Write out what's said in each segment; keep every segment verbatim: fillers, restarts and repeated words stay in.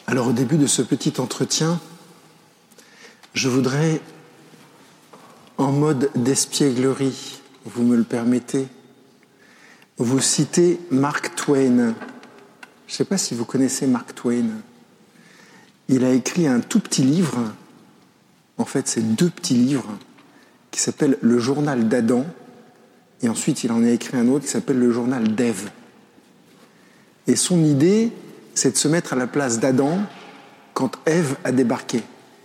Alors au début de ce petit entretien, je voudrais, en mode d'espièglerie, vous me le permettez, vous citer Mark Twain. Je ne sais pas si vous connaissez Mark Twain. Il a écrit un tout petit livre, en fait c'est deux petits livres, qui s'appellent Le Journal d'Adam, et ensuite il en a écrit un autre qui s'appelle Le Journal d'Ève. Et son idée, c'est de se mettre à la place d'Adam quand Ève a débarqué.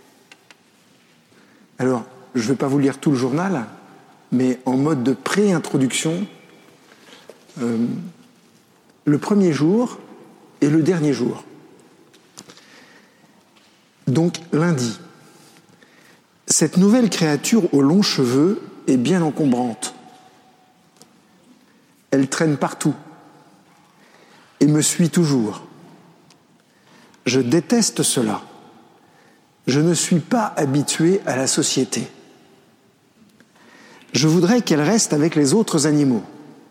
Alors, je ne vais pas vous lire tout le journal, mais en mode de pré-introduction, euh, le premier jour et le dernier jour. Donc, lundi. Cette nouvelle créature aux longs cheveux est bien encombrante. Elle traîne partout et me suit toujours. Je déteste cela. Je ne suis pas habitué à la société. Je voudrais qu'elle reste avec les autres animaux.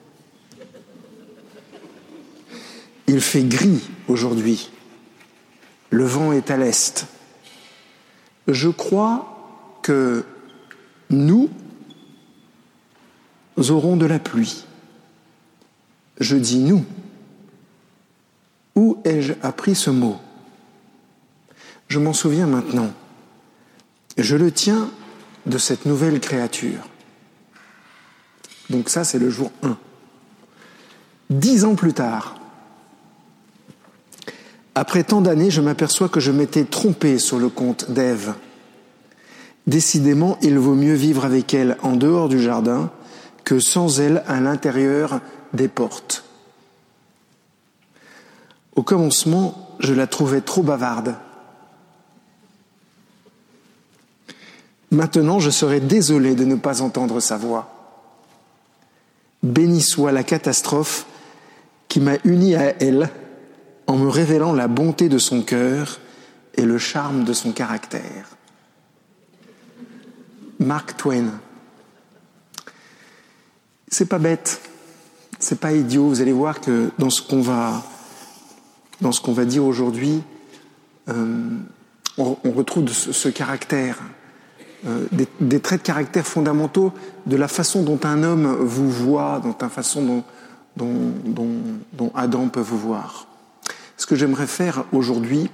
Il fait gris aujourd'hui. Le vent est à l'est. Je crois que nous aurons de la pluie. Je dis nous. Où ai-je appris ce mot ? Je m'en souviens maintenant. Je le tiens de cette nouvelle créature. Donc ça, c'est le jour un. Dix ans plus tard, après tant d'années, je m'aperçois que je m'étais trompé sur le compte d'Ève. Décidément, il vaut mieux vivre avec elle en dehors du jardin que sans elle à l'intérieur des portes. Au commencement, je la trouvais trop bavarde. Maintenant, je serais désolé de ne pas entendre sa voix. Béni soit la catastrophe qui m'a uni à elle en me révélant la bonté de son cœur et le charme de son caractère. Mark Twain. C'est pas bête, c'est pas idiot. Vous allez voir que dans ce qu'on va, dans ce qu'on va dire aujourd'hui, euh, on, on retrouve ce, ce caractère. Euh, des, des traits de caractère fondamentaux de la façon dont un homme vous voit, dont la façon dont, dont, dont, dont Adam peut vous voir. Ce que j'aimerais faire aujourd'hui,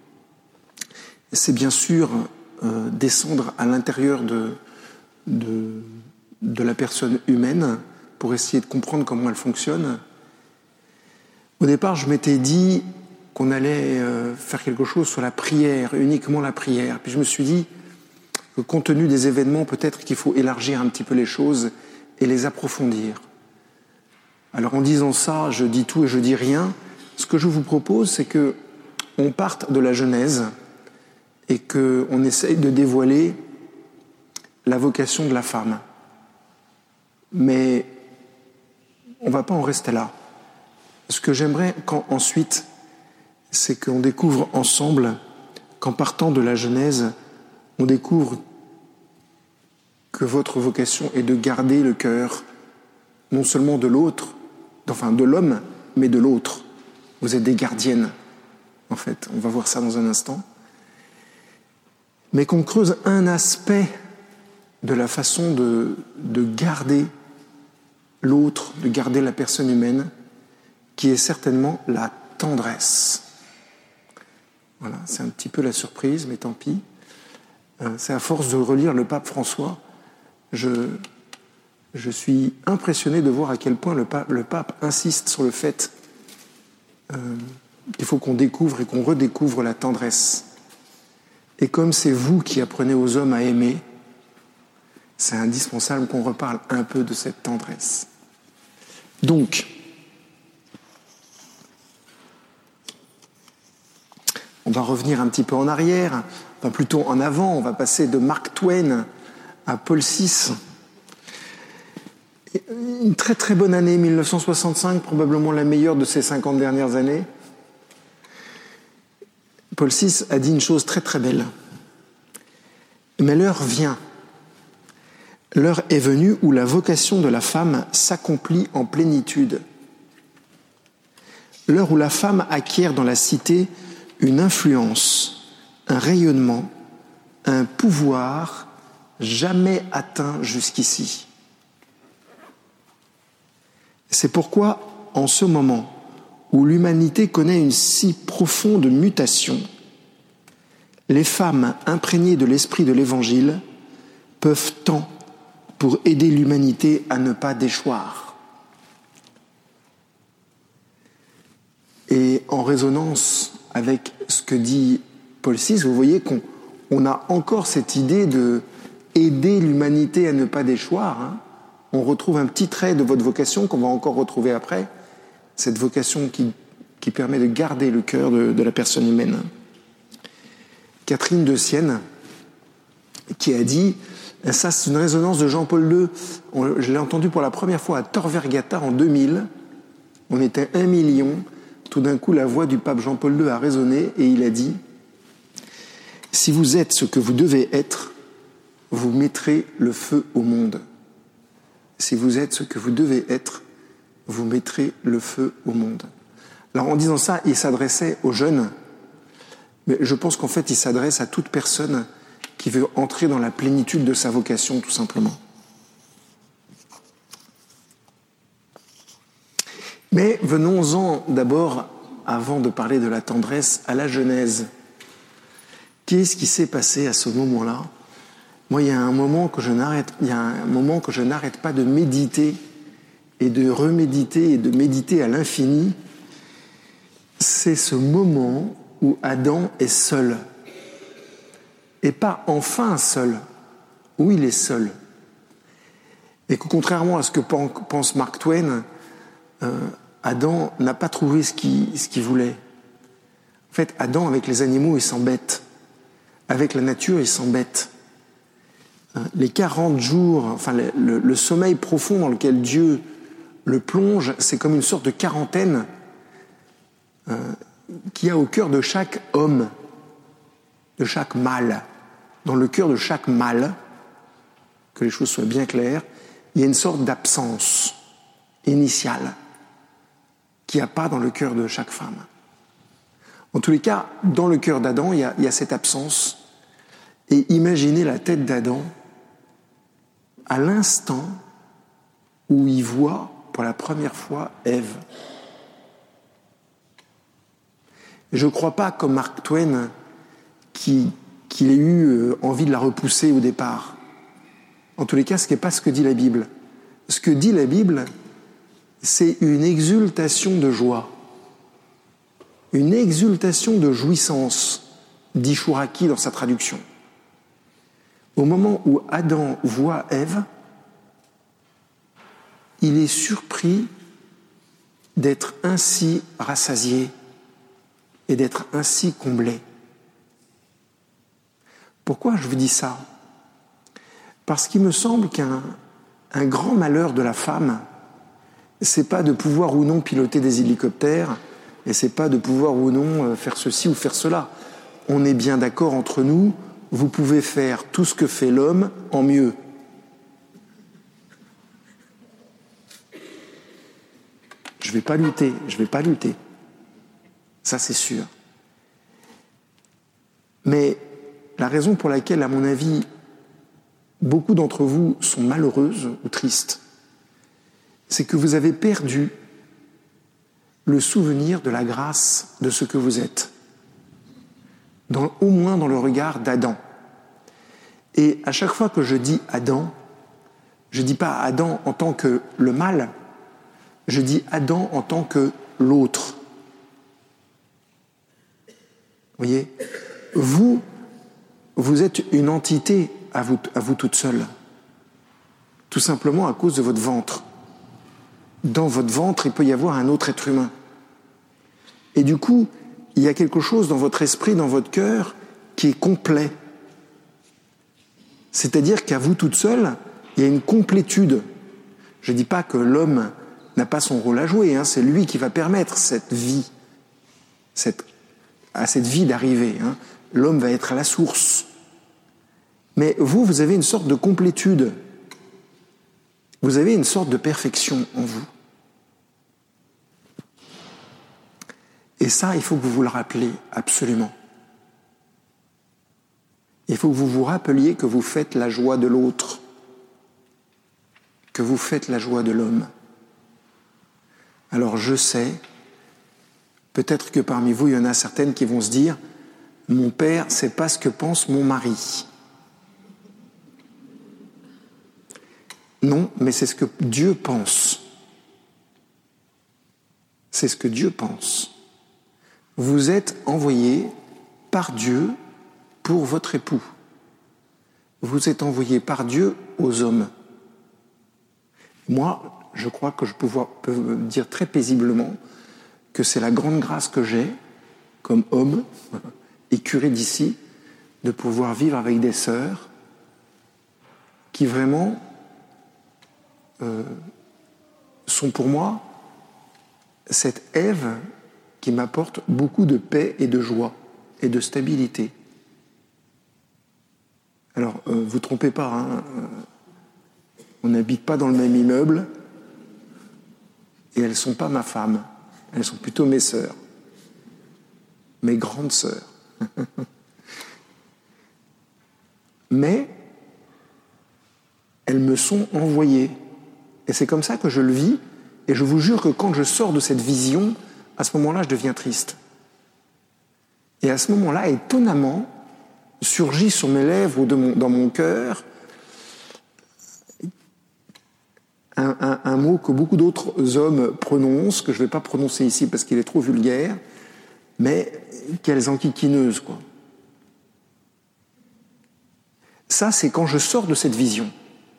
c'est bien sûr euh, descendre à l'intérieur de, de, de la personne humaine pour essayer de comprendre comment elle fonctionne. Au départ, je m'étais dit qu'on allait euh, faire quelque chose sur la prière, uniquement la prière. Puis je me suis dit, compte tenu des événements, peut-être qu'il faut élargir un petit peu les choses et les approfondir. Alors en disant ça, je dis tout et je dis rien. Ce que je vous propose, c'est que on parte de la Genèse et qu'on essaye de dévoiler la vocation de la femme. Mais on ne va pas en rester là. Ce que j'aimerais quand, ensuite, c'est qu'on découvre ensemble qu'en partant de la Genèse, on découvre que votre vocation est de garder le cœur, non seulement de l'autre, enfin de l'homme, mais de l'autre. Vous êtes des gardiennes, en fait. On va voir ça dans un instant. Mais qu'on creuse un aspect de la façon de, de garder l'autre, de garder la personne humaine, qui est certainement la tendresse. Voilà, c'est un petit peu la surprise, mais tant pis. C'est à force de relire le pape François, je, je suis impressionné de voir à quel point le pape, le pape insiste sur le fait euh, qu'il faut qu'on découvre et qu'on redécouvre la tendresse. Et comme c'est vous qui apprenez aux hommes à aimer, c'est indispensable qu'on reparle un peu de cette tendresse. Donc, on va revenir un petit peu en arrière, enfin plutôt en avant, on va passer de Mark Twain à Paul six. Une très très bonne année, mille neuf cent soixante-cinq, probablement la meilleure de ces cinquante dernières années. Paul six a dit une chose très très belle. Mais l'heure vient. L'heure est venue où la vocation de la femme s'accomplit en plénitude. L'heure où la femme acquiert dans la cité une influence, un rayonnement, un pouvoir jamais atteint jusqu'ici. C'est pourquoi, en ce moment où l'humanité connaît une si profonde mutation, les femmes imprégnées de l'esprit de l'Évangile peuvent tant pour aider l'humanité à ne pas déchoir. Et en résonance avec ce que dit Paul six, vous voyez qu'on on a encore cette idée de aider l'humanité à ne pas déchoir. Hein. On retrouve un petit trait de votre vocation qu'on va encore retrouver après, cette vocation qui, qui permet de garder le cœur de, de la personne humaine. Catherine de Sienne, qui a dit, ça c'est une résonance de Jean-Paul deux, on, je l'ai entendu pour la première fois à Tor Vergata en deux mille, on était un million, tout d'un coup la voix du pape Jean-Paul deux a résonné et il a dit « Si vous êtes ce que vous devez être, vous mettrez le feu au monde. Si vous êtes ce que vous devez être, vous mettrez le feu au monde. » Alors en disant ça, il s'adressait aux jeunes, mais je pense qu'en fait il s'adresse à toute personne qui veut entrer dans la plénitude de sa vocation, tout simplement. Mais venons-en d'abord, avant de parler de la tendresse, à la Genèse. Qu'est-ce qui s'est passé à ce moment-là ? Moi, il y a un moment que je n'arrête, il y a un moment que je n'arrête pas de méditer et de reméditer et de méditer à l'infini. C'est ce moment où Adam est seul. Et pas enfin seul, où il est seul. Et que contrairement à ce que pense Mark Twain, euh, Adam n'a pas trouvé ce qu'il, ce qu'il voulait. En fait, Adam, avec les animaux, il s'embête. Avec la nature, il s'embête. Les quarante jours, enfin le, le, le sommeil profond dans lequel Dieu le plonge, c'est comme une sorte de quarantaine euh, qu'il y a au cœur de chaque homme, de chaque mâle. Dans le cœur de chaque mâle, que les choses soient bien claires, il y a une sorte d'absence initiale qu'il n'y a pas dans le cœur de chaque femme. En tous les cas, dans le cœur d'Adam, il y a, il y a cette absence. Et imaginez la tête d'Adam à l'instant où il voit pour la première fois Ève. Je ne crois pas, comme Mark Twain, qui, qu'il ait eu envie de la repousser au départ. En tous les cas, ce n'est pas ce que dit la Bible. Ce que dit la Bible, c'est une exultation de joie, une exultation de jouissance, dit Chouraki dans sa traduction. Au moment où Adam voit Ève, il est surpris d'être ainsi rassasié et d'être ainsi comblé. Pourquoi je vous dis ça ? Parce qu'il me semble qu'un un grand malheur de la femme, c'est pas de pouvoir ou non piloter des hélicoptères, et c'est pas de pouvoir ou non faire ceci ou faire cela. On est bien d'accord entre nous, vous pouvez faire tout ce que fait l'homme en mieux. Je ne vais pas lutter, je ne vais pas lutter. Ça, c'est sûr. Mais la raison pour laquelle, à mon avis, beaucoup d'entre vous sont malheureuses ou tristes, c'est que vous avez perdu le souvenir de la grâce de ce que vous êtes. Dans, au moins dans le regard d'Adam. Et à chaque fois que je dis Adam, je ne dis pas Adam en tant que le mal, je dis Adam en tant que l'autre. Vous voyez ? Vous, vous êtes une entité à vous, à vous toute seule. Tout simplement à cause de votre ventre. Dans votre ventre, il peut y avoir un autre être humain. Et du coup, il y a quelque chose dans votre esprit, dans votre cœur, qui est complet. C'est-à-dire qu'à vous toute seule, il y a une complétude. Je ne dis pas que l'homme n'a pas son rôle à jouer, hein, c'est lui qui va permettre cette vie, cette, à cette vie d'arriver. Hein. L'homme va être à la source. Mais vous, vous avez une sorte de complétude. Vous avez une sorte de perfection en vous. Et ça, il faut que vous vous le rappeliez absolument. Il faut que vous vous rappeliez que vous faites la joie de l'autre, que vous faites la joie de l'homme. Alors je sais, peut-être que parmi vous, il y en a certaines qui vont se dire « Mon père, c'est pas ce que pense mon mari. » Non, mais c'est ce que Dieu pense. C'est ce que Dieu pense. Vous êtes envoyé par Dieu pour votre époux. Vous êtes envoyé par Dieu aux hommes. Moi, je crois que je peux, voir, peux dire très paisiblement que c'est la grande grâce que j'ai, comme homme et curé d'ici, de pouvoir vivre avec des sœurs qui vraiment euh, sont pour moi cette Ève qui m'apporte beaucoup de paix et de joie et de stabilité. Alors, euh, vous trompez pas, hein, euh, on n'habite pas dans le même immeuble et elles ne sont pas ma femme, elles sont plutôt mes sœurs, mes grandes sœurs. Mais elles me sont envoyées et c'est comme ça que je le vis et je vous jure que quand je sors de cette vision, à ce moment-là, je deviens triste. Et à ce moment-là, étonnamment, surgit sur mes lèvres ou de mon, dans mon cœur un, un, un mot que beaucoup d'autres hommes prononcent, que je ne vais pas prononcer ici parce qu'il est trop vulgaire, mais quelles enquiquineuses, quoi. Ça, c'est quand je sors de cette vision.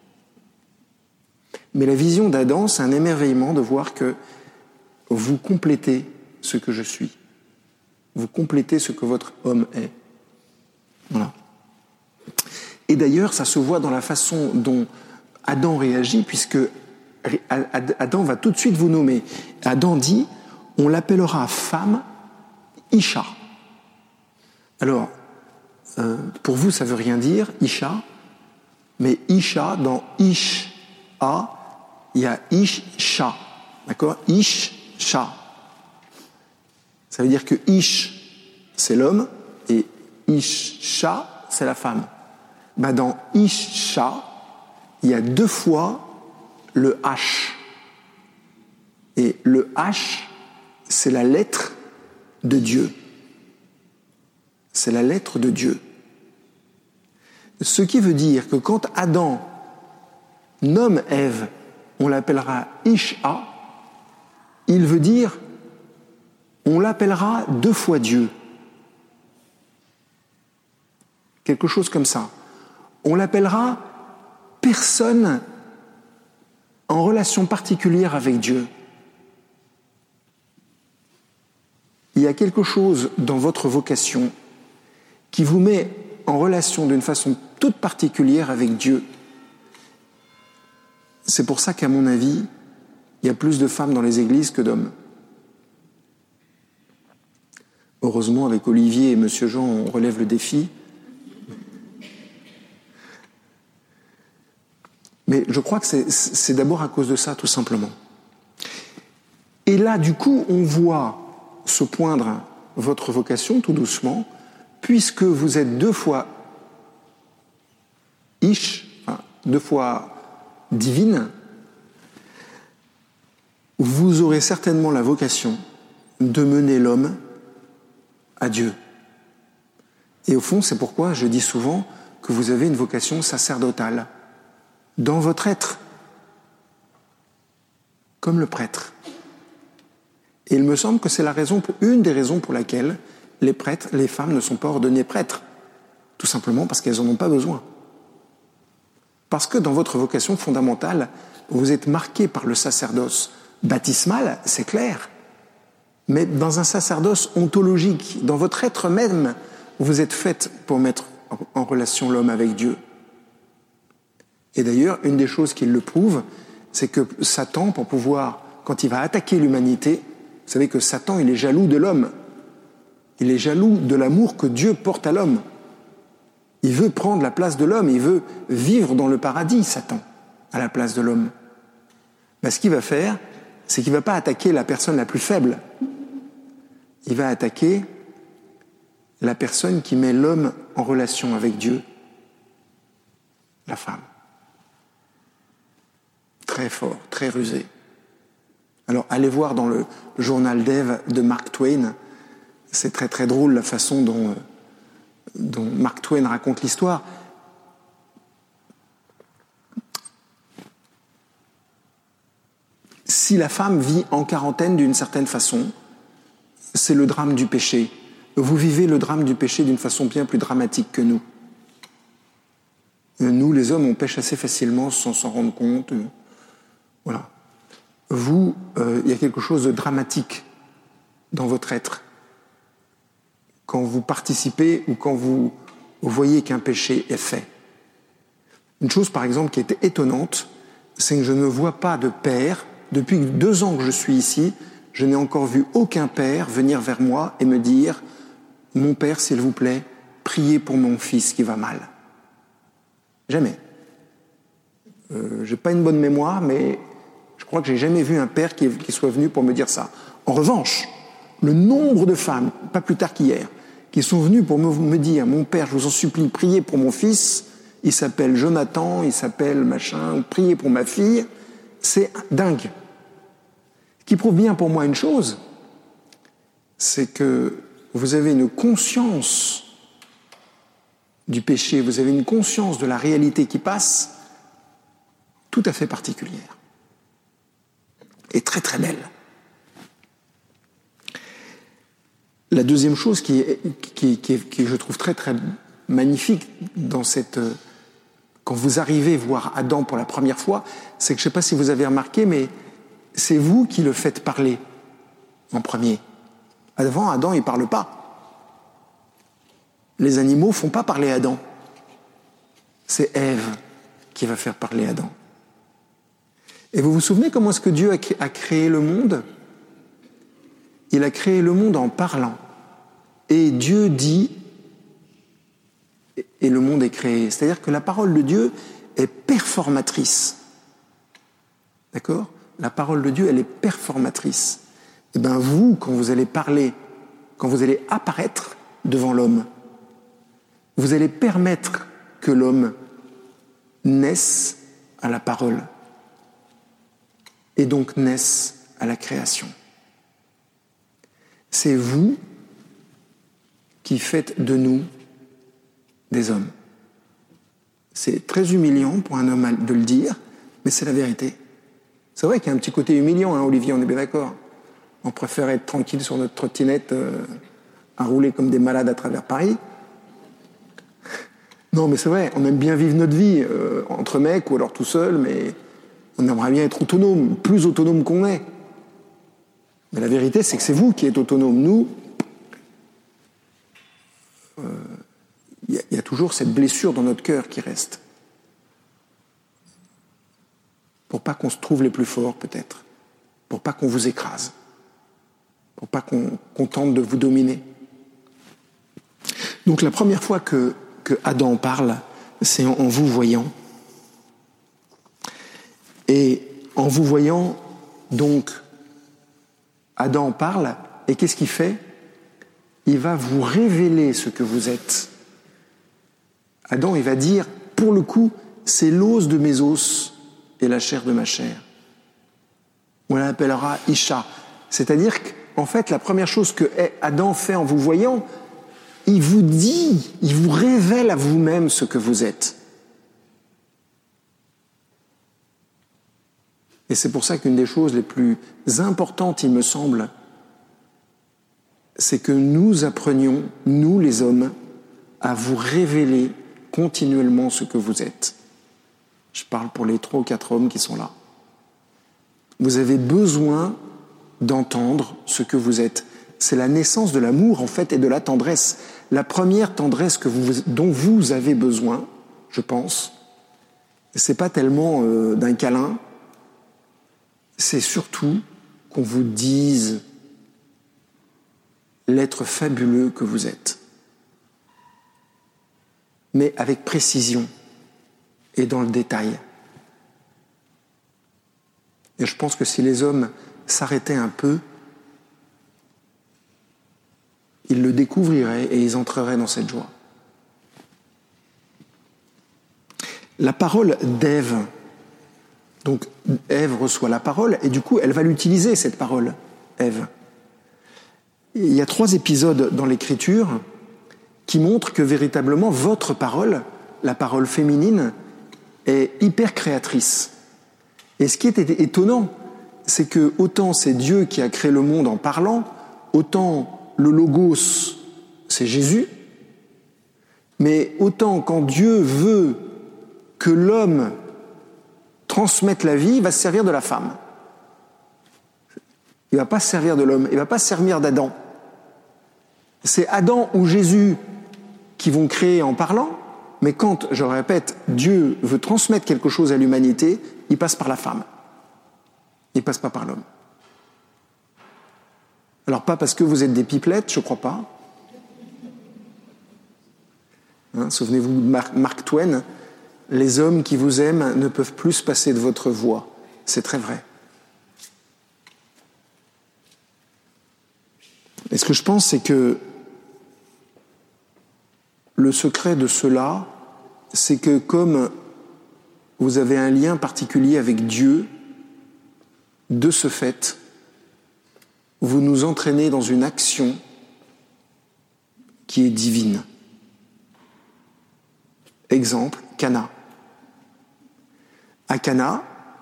Mais la vision d'Adam, c'est un émerveillement de voir que vous complétez ce que je suis. Vous complétez ce que votre homme est. Voilà. Et d'ailleurs, ça se voit dans la façon dont Adam réagit, puisque Adam va tout de suite vous nommer. Adam dit, on l'appellera femme Isha. Alors, euh, pour vous, ça veut rien dire, Isha, mais Isha, dans Ish-A, il y a Ish-Sha. D'accord ? Ish-Sha. Ça veut dire que Ish, c'est l'homme, et Ish-Sha, c'est la femme. Ben dans Ish-Sha, il y a deux fois le H. Et le H, c'est la lettre de Dieu. C'est la lettre de Dieu. Ce qui veut dire que quand Adam nomme Ève, on l'appellera Ish-A, il veut dire on l'appellera deux fois Dieu. Quelque chose comme ça. On l'appellera personne en relation particulière avec Dieu. Il y a quelque chose dans votre vocation qui vous met en relation d'une façon toute particulière avec Dieu. C'est pour ça qu'à mon avis, il y a plus de femmes dans les églises que d'hommes. Heureusement, avec Olivier et Monsieur Jean, on relève le défi. Mais je crois que c'est, c'est d'abord à cause de ça, tout simplement. Et là, du coup, on voit se poindre votre vocation, tout doucement, puisque vous êtes deux fois Ish, enfin, deux fois divine, vous aurez certainement la vocation de mener l'homme à Dieu. Et au fond, c'est pourquoi je dis souvent que vous avez une vocation sacerdotale dans votre être, comme le prêtre. Et il me semble que c'est la raison, pour, une des raisons pour laquelle les prêtres, les femmes ne sont pas ordonnées prêtres, tout simplement parce qu'elles n'en ont pas besoin. Parce que dans votre vocation fondamentale, vous êtes marqué par le sacerdoce baptismal, c'est clair, mais dans un sacerdoce ontologique, dans votre être même, vous êtes faite pour mettre en relation l'homme avec Dieu. Et d'ailleurs, une des choses qui le prouve, c'est que Satan, pour pouvoir, quand il va attaquer l'humanité, vous savez que Satan, il est jaloux de l'homme. Il est jaloux de l'amour que Dieu porte à l'homme. Il veut prendre la place de l'homme, il veut vivre dans le paradis, Satan, à la place de l'homme. Ben, ce qu'il va faire, c'est qu'il ne va pas attaquer la personne la plus faible. il va attaquer la personne qui met l'homme en relation avec Dieu, la femme. Très fort, très rusé. Alors, allez voir dans le journal d'Ève de Mark Twain, c'est très très drôle la façon dont, dont Mark Twain raconte l'histoire. Si la femme vit en quarantaine d'une certaine façon, c'est le drame du péché. Vous vivez le drame du péché d'une façon bien plus dramatique que nous. Nous, les hommes, on pêche assez facilement sans s'en rendre compte. Voilà. Vous, euh, il y a quelque chose de dramatique dans votre être. Quand vous participez ou quand vous voyez qu'un péché est fait. Une chose, par exemple, qui était étonnante, c'est que je ne vois pas de père. Depuis deux ans que je suis ici, je n'ai encore vu aucun père venir vers moi et me dire « Mon père, s'il vous plaît, priez pour mon fils qui va mal. » Jamais. Euh, j'ai pas une bonne mémoire, mais je crois que j'ai jamais vu un père qui, qui soit venu pour me dire ça. En revanche, le nombre de femmes, pas plus tard qu'hier, qui sont venues pour me, me dire « Mon père, je vous en supplie, priez pour mon fils, il s'appelle Jonathan, il s'appelle machin, priez pour ma fille », c'est dingue. Ce qui prouve bien pour moi une chose, c'est que vous avez une conscience du péché, vous avez une conscience de la réalité qui passe tout à fait particulière et très très belle. La deuxième chose qui est, qui, qui, qui je trouve très très magnifique dans cette... Quand vous arrivez voir Adam pour la première fois, c'est que je ne sais pas si vous avez remarqué, mais c'est vous qui le faites parler en premier. Avant, Adam, il ne parle pas. Les animaux ne font pas parler Adam. C'est Ève qui va faire parler Adam. Et vous vous souvenez comment est-ce que Dieu a créé le monde ? Il a créé le monde en parlant. Et Dieu dit, et le monde est créé. C'est-à-dire que la parole de Dieu est performatrice. D'accord ? La parole de Dieu, elle est performatrice. Et bien vous, quand vous allez parler, quand vous allez apparaître devant l'homme, vous allez permettre que l'homme naisse à la parole et donc naisse à la création. C'est vous qui faites de nous des hommes. C'est très humiliant pour un homme de le dire, mais c'est la vérité. C'est vrai qu'il y a un petit côté humiliant, hein, Olivier, on est bien d'accord. On préfère être tranquille sur notre trottinette euh, à rouler comme des malades à travers Paris. Non, mais c'est vrai, on aime bien vivre notre vie euh, entre mecs ou alors tout seul, mais on aimerait bien être autonome, plus autonome qu'on est. Mais la vérité, c'est que c'est vous qui êtes autonome. Nous, il euh, y, y a toujours cette blessure dans notre cœur qui reste. Pour pas qu'on se trouve les plus forts, peut-être. Pour pas qu'on vous écrase. Pour pas qu'on, qu'on tente de vous dominer. Donc la première fois que, que Adam parle, c'est en, en vous voyant. Et en vous voyant, donc, Adam parle, et qu'est-ce qu'il fait ? Il va vous révéler ce que vous êtes. Adam, il va dire, pour le coup, c'est l'os de mes os et la chair de ma chair. On l'appellera Isha. C'est-à-dire qu'en fait, la première chose que Adam fait en vous voyant, il vous dit, il vous révèle à vous-même ce que vous êtes. Et c'est pour ça qu'une des choses les plus importantes, il me semble, c'est que nous apprenions, nous les hommes, à vous révéler continuellement ce que vous êtes. Je parle pour les trois ou quatre hommes qui sont là. Vous avez besoin d'entendre ce que vous êtes. C'est la naissance de l'amour, en fait, et de la tendresse. La première tendresse que vous, dont vous avez besoin, je pense, c'est pas tellement euh, d'un câlin, c'est surtout qu'on vous dise l'être fabuleux que vous êtes. Mais avec précision et dans le détail. Et je pense que si les hommes s'arrêtaient un peu ils le découvriraient et ils entreraient dans cette joie. La parole d'Ève, donc Ève reçoit la parole et du coup elle va l'utiliser, cette parole, Ève. Il y a trois épisodes dans l'Écriture qui montrent que véritablement votre parole, la parole féminine, est hyper créatrice. Et ce qui est étonnant, c'est que autant c'est Dieu qui a créé le monde en parlant, autant le Logos, c'est Jésus, mais autant quand Dieu veut que l'homme transmette la vie, il va se servir de la femme. Il ne va pas se servir de l'homme, il ne va pas se servir d'Adam. C'est Adam ou Jésus qui vont créer en parlant, mais quand, je le répète, Dieu veut transmettre quelque chose à l'humanité, il passe par la femme. Il ne passe pas par l'homme. Alors pas parce que vous êtes des pipelettes, je ne crois pas. Hein, souvenez-vous de Mark, Mark Twain, les hommes qui vous aiment ne peuvent plus se passer de votre voix. C'est très vrai. Et ce que je pense, c'est que le secret de cela, c'est que comme vous avez un lien particulier avec Dieu, de ce fait, vous nous entraînez dans une action qui est divine. Exemple, Cana. À Cana,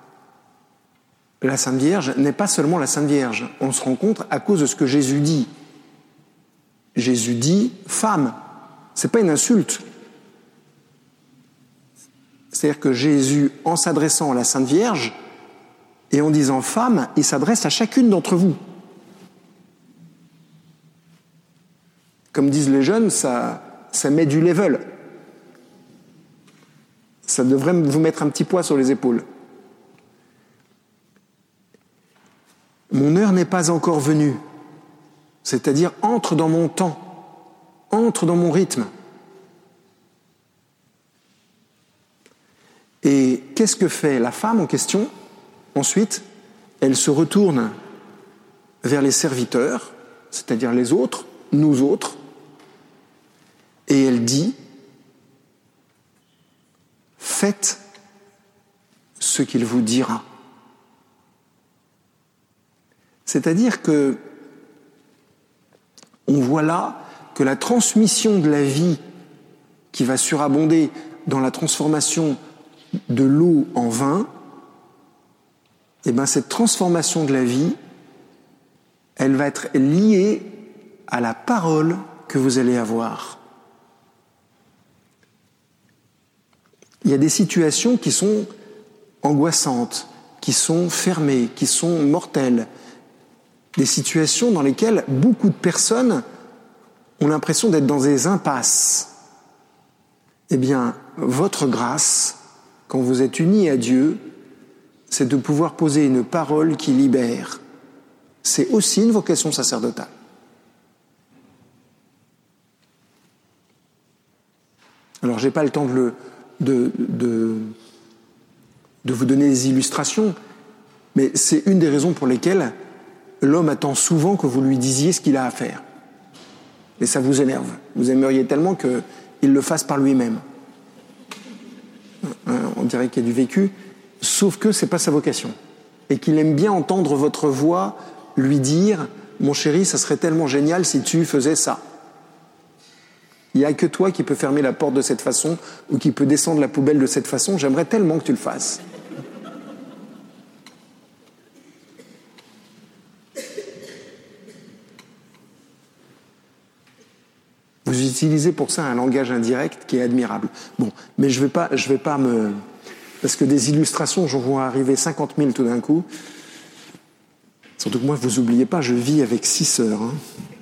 la Sainte Vierge n'est pas seulement la Sainte Vierge. On se rend compte à cause de ce que Jésus dit. Jésus dit « femme ». Ce n'est pas une insulte. C'est-à-dire que Jésus, en s'adressant à la Sainte Vierge et en disant « femme », il s'adresse à chacune d'entre vous. Comme disent les jeunes, ça, ça met du level. Ça devrait vous mettre un petit poids sur les épaules. Mon heure n'est pas encore venue. C'est-à-dire, entre dans mon temps. Entre dans mon rythme. Et qu'est-ce que fait la femme en question ? Ensuite, elle se retourne vers les serviteurs, c'est-à-dire les autres, nous autres, et elle dit « Faites ce qu'il vous dira ». C'est-à-dire que on voit là que la transmission de la vie qui va surabonder dans la transformation de l'eau en vin, eh bien cette transformation de la vie, elle va être liée à la parole que vous allez avoir. Il y a des situations qui sont angoissantes, qui sont fermées, qui sont mortelles, des situations dans lesquelles beaucoup de personnes ont l'impression d'être dans des impasses. Eh bien, votre grâce, quand vous êtes unis à Dieu, c'est de pouvoir poser une parole qui libère. C'est aussi une vocation sacerdotale. Alors, je n'ai pas le temps de, le, de, de, de vous donner des illustrations, mais c'est une des raisons pour lesquelles l'homme attend souvent que vous lui disiez ce qu'il a à faire. Et ça vous énerve. Vous aimeriez tellement qu'il le fasse par lui-même. On dirait qu'il y a du vécu, sauf que ce n'est pas sa vocation. Et qu'il aime bien entendre votre voix lui dire « Mon chéri, ça serait tellement génial si tu faisais ça. » Il n'y a que toi qui peux fermer la porte de cette façon ou qui peut descendre la poubelle de cette façon. J'aimerais tellement que tu le fasses. Vous utilisez pour ça un langage indirect qui est admirable. Bon, mais je ne vais pas, je vais pas me... Parce que des illustrations, j'en vois arriver cinquante mille tout d'un coup. Surtout que moi, vous n'oubliez pas, je vis avec six sœurs. Hein.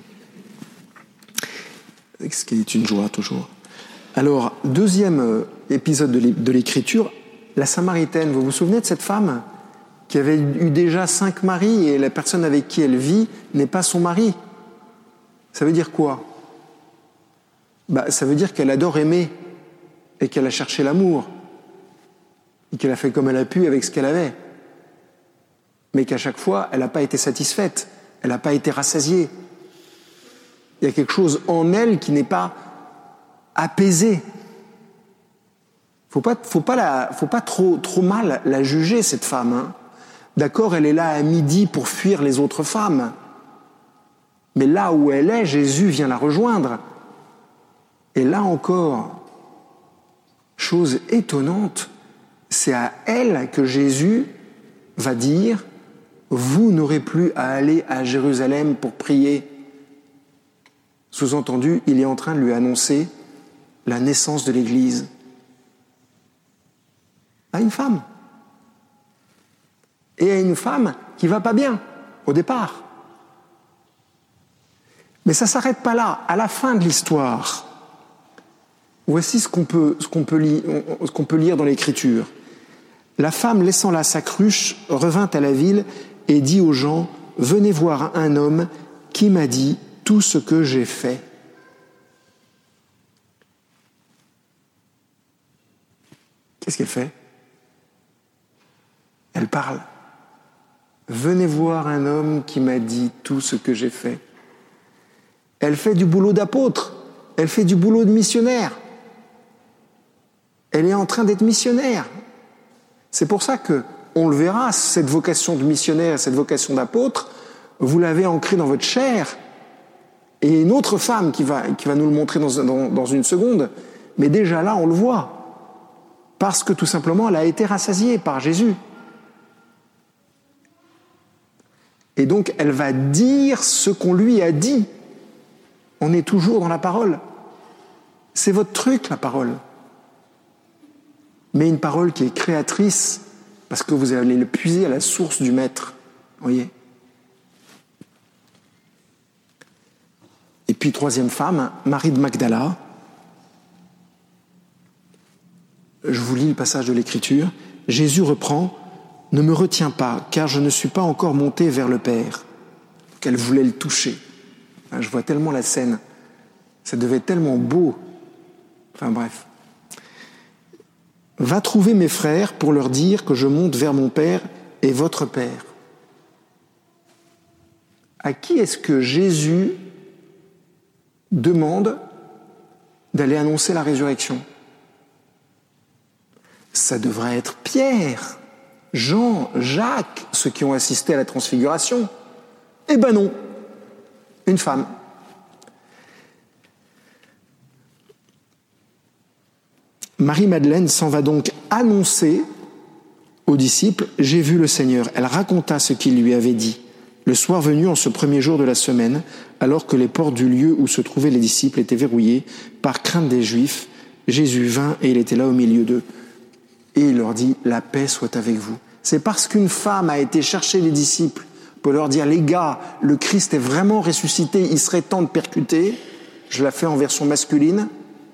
Ce qui est une joie, toujours. Alors, deuxième épisode de l'Écriture, la Samaritaine. Vous vous souvenez de cette femme qui avait eu déjà cinq maris et la personne avec qui elle vit n'est pas son mari? Ça veut dire quoi? Bah, ça veut dire qu'elle adore aimer et qu'elle a cherché l'amour et qu'elle a fait comme elle a pu avec ce qu'elle avait, mais qu'à chaque fois elle n'a pas été satisfaite, elle n'a pas été rassasiée. Il y a quelque chose en elle qui n'est pas apaisé. Faut pas, faut pas la, faut pas trop, trop mal la juger, cette femme. Hein. D'accord, elle est là à midi pour fuir les autres femmes. Mais là où elle est, Jésus vient la rejoindre. Et là encore, chose étonnante, c'est à elle que Jésus va dire « Vous n'aurez plus à aller à Jérusalem pour prier ». Sous-entendu, il est en train de lui annoncer la naissance de l'Église. À une femme. Et à une femme qui va pas bien, au départ. Mais ça ne s'arrête pas là. À la fin de l'histoire, voici ce qu'on peut, ce qu'on peut, li- ce qu'on peut lire dans l'Écriture. La femme, laissant là sa cruche, revint à la ville et dit aux gens « Venez voir un homme qui m'a dit tout ce que j'ai fait. » Qu'est-ce qu'elle fait ? Elle parle. « Venez voir un homme qui m'a dit tout ce que j'ai fait. » Elle fait du boulot d'apôtre, elle fait du boulot de missionnaire. Elle est en train d'être missionnaire. C'est pour ça que, on le verra, cette vocation de missionnaire, cette vocation d'apôtre, vous l'avez ancrée dans votre chair. Et une autre femme qui va, qui va nous le montrer dans, dans, dans une seconde, mais déjà là, on le voit. Parce que tout simplement, elle a été rassasiée par Jésus. Et donc, elle va dire ce qu'on lui a dit. On est toujours dans la parole. C'est votre truc, la parole. Mais une parole qui est créatrice, parce que vous allez le puiser à la source du maître. Vous voyez ? Et puis, troisième femme, Marie de Magdala. Je vous lis le passage de l'Écriture. Jésus reprend « Ne me retiens pas, car je ne suis pas encore monté vers le Père. » Qu'elle voulait le toucher. Je vois tellement la scène. Ça devait être tellement beau. Enfin bref. « Va trouver mes frères pour leur dire que je monte vers mon Père et votre Père. » À qui est-ce que Jésus demande d'aller annoncer la résurrection ? Ça devrait être Pierre, Jean, Jacques, ceux qui ont assisté à la transfiguration. Eh ben non, une femme. Marie-Madeleine s'en va donc annoncer aux disciples « J'ai vu le Seigneur ». Elle raconta ce qu'il lui avait dit. Le soir venu, en ce premier jour de la semaine, alors que les portes du lieu où se trouvaient les disciples étaient verrouillées, par crainte des Juifs, Jésus vint et il était là au milieu d'eux. Et il leur dit « La paix soit avec vous ». C'est parce qu'une femme a été chercher les disciples pour leur dire « Les gars, le Christ est vraiment ressuscité, il serait temps de percuter ». Je la fais en version masculine.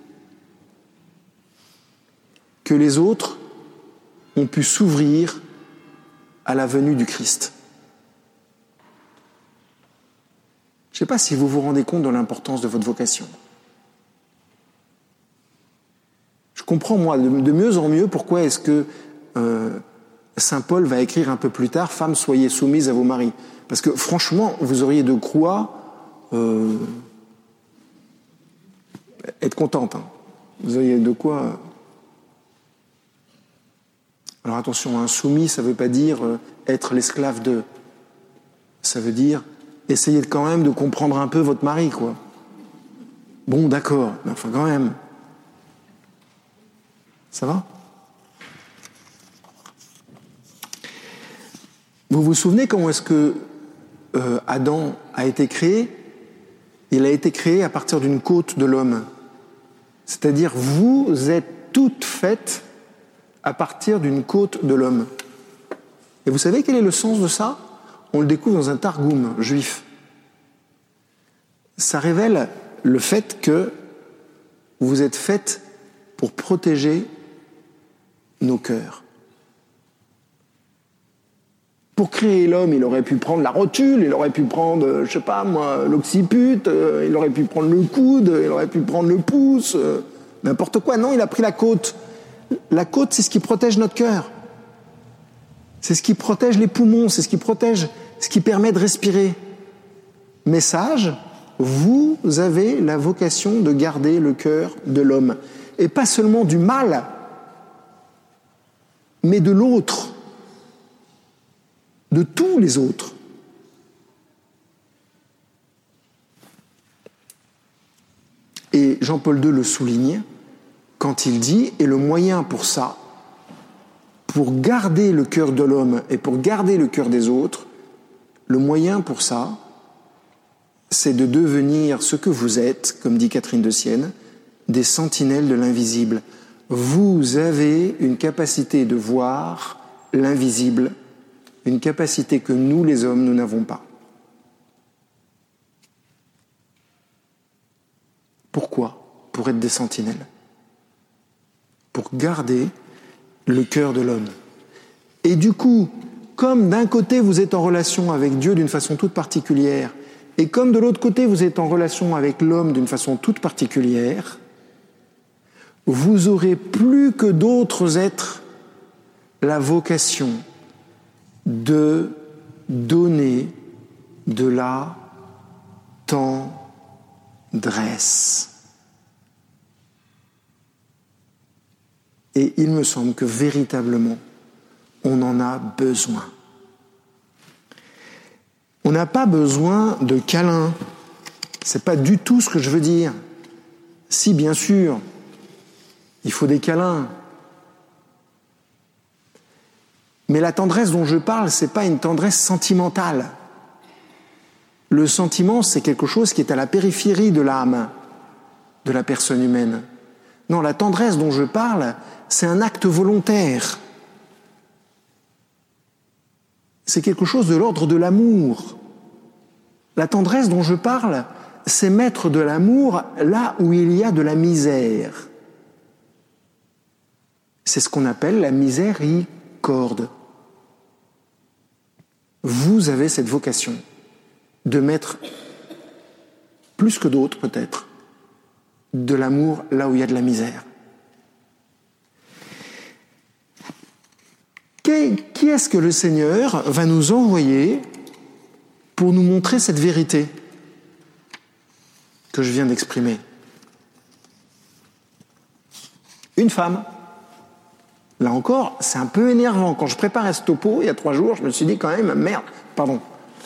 Que les autres ont pu s'ouvrir à la venue du Christ. Je ne sais pas si vous vous rendez compte de l'importance de votre vocation. Je comprends, moi, de, de mieux en mieux pourquoi est-ce que euh, Saint Paul va écrire un peu plus tard « Femmes, soyez soumises à vos maris ». Parce que franchement, vous auriez de quoi euh, être contente. Hein. Vous auriez de quoi... Euh, Alors attention, un soumis, ça ne veut pas dire euh, être l'esclave de. Ça veut dire essayer quand même de comprendre un peu votre mari, quoi. Bon, d'accord, mais enfin quand même. Ça va ? Vous vous souvenez comment est-ce que euh, Adam a été créé ? Il a été créé à partir d'une côte de l'homme. C'est-à-dire, vous êtes toutes faites à partir d'une côte de l'homme. Et vous savez quel est le sens de ça ? On le découvre dans un Targum juif. Ça révèle le fait que vous êtes faites pour protéger nos cœurs. Pour créer l'homme, il aurait pu prendre la rotule, il aurait pu prendre, je sais pas moi, l'occiput, euh, il aurait pu prendre le coude, il aurait pu prendre le pouce, euh, n'importe quoi. Non, il a pris la côte. La côte, c'est ce qui protège notre cœur. C'est ce qui protège les poumons, c'est ce qui protège, ce qui permet de respirer. Message, vous avez la vocation de garder le cœur de l'homme. Et pas seulement du mal, mais de l'autre, de tous les autres. Et Jean-Paul deux le souligne quand il dit, et le moyen pour ça, pour garder le cœur de l'homme et pour garder le cœur des autres, le moyen pour ça, c'est de devenir ce que vous êtes, comme dit Catherine de Sienne, des sentinelles de l'invisible. Vous avez une capacité de voir l'invisible, une capacité que nous, les hommes, nous n'avons pas. Pourquoi ? Pour être des sentinelles. Pour garder le cœur de l'homme. Et du coup, comme d'un côté vous êtes en relation avec Dieu d'une façon toute particulière, et comme de l'autre côté vous êtes en relation avec l'homme d'une façon toute particulière, vous aurez plus que d'autres êtres la vocation de donner de la tendresse. Et il me semble que véritablement, on en a besoin. On n'a pas besoin de câlins. C'est pas du tout ce que je veux dire. Si, bien sûr, il faut des câlins. Mais la tendresse dont je parle, c'est pas une tendresse sentimentale. Le sentiment, c'est quelque chose qui est à la périphérie de l'âme, de la personne humaine. Non, la tendresse dont je parle, c'est un acte volontaire. C'est quelque chose de l'ordre de l'amour. La tendresse dont je parle, c'est mettre de l'amour là où il y a de la misère. C'est ce qu'on appelle la miséricorde. Vous avez cette vocation de mettre, plus que d'autres peut-être, de l'amour là où il y a de la misère. Qui est-ce que le Seigneur va nous envoyer pour nous montrer cette vérité que je viens d'exprimer ? Une femme. Là encore, c'est un peu énervant. Quand je préparais ce topo, il y a trois jours, je me suis dit quand même, merde, pardon.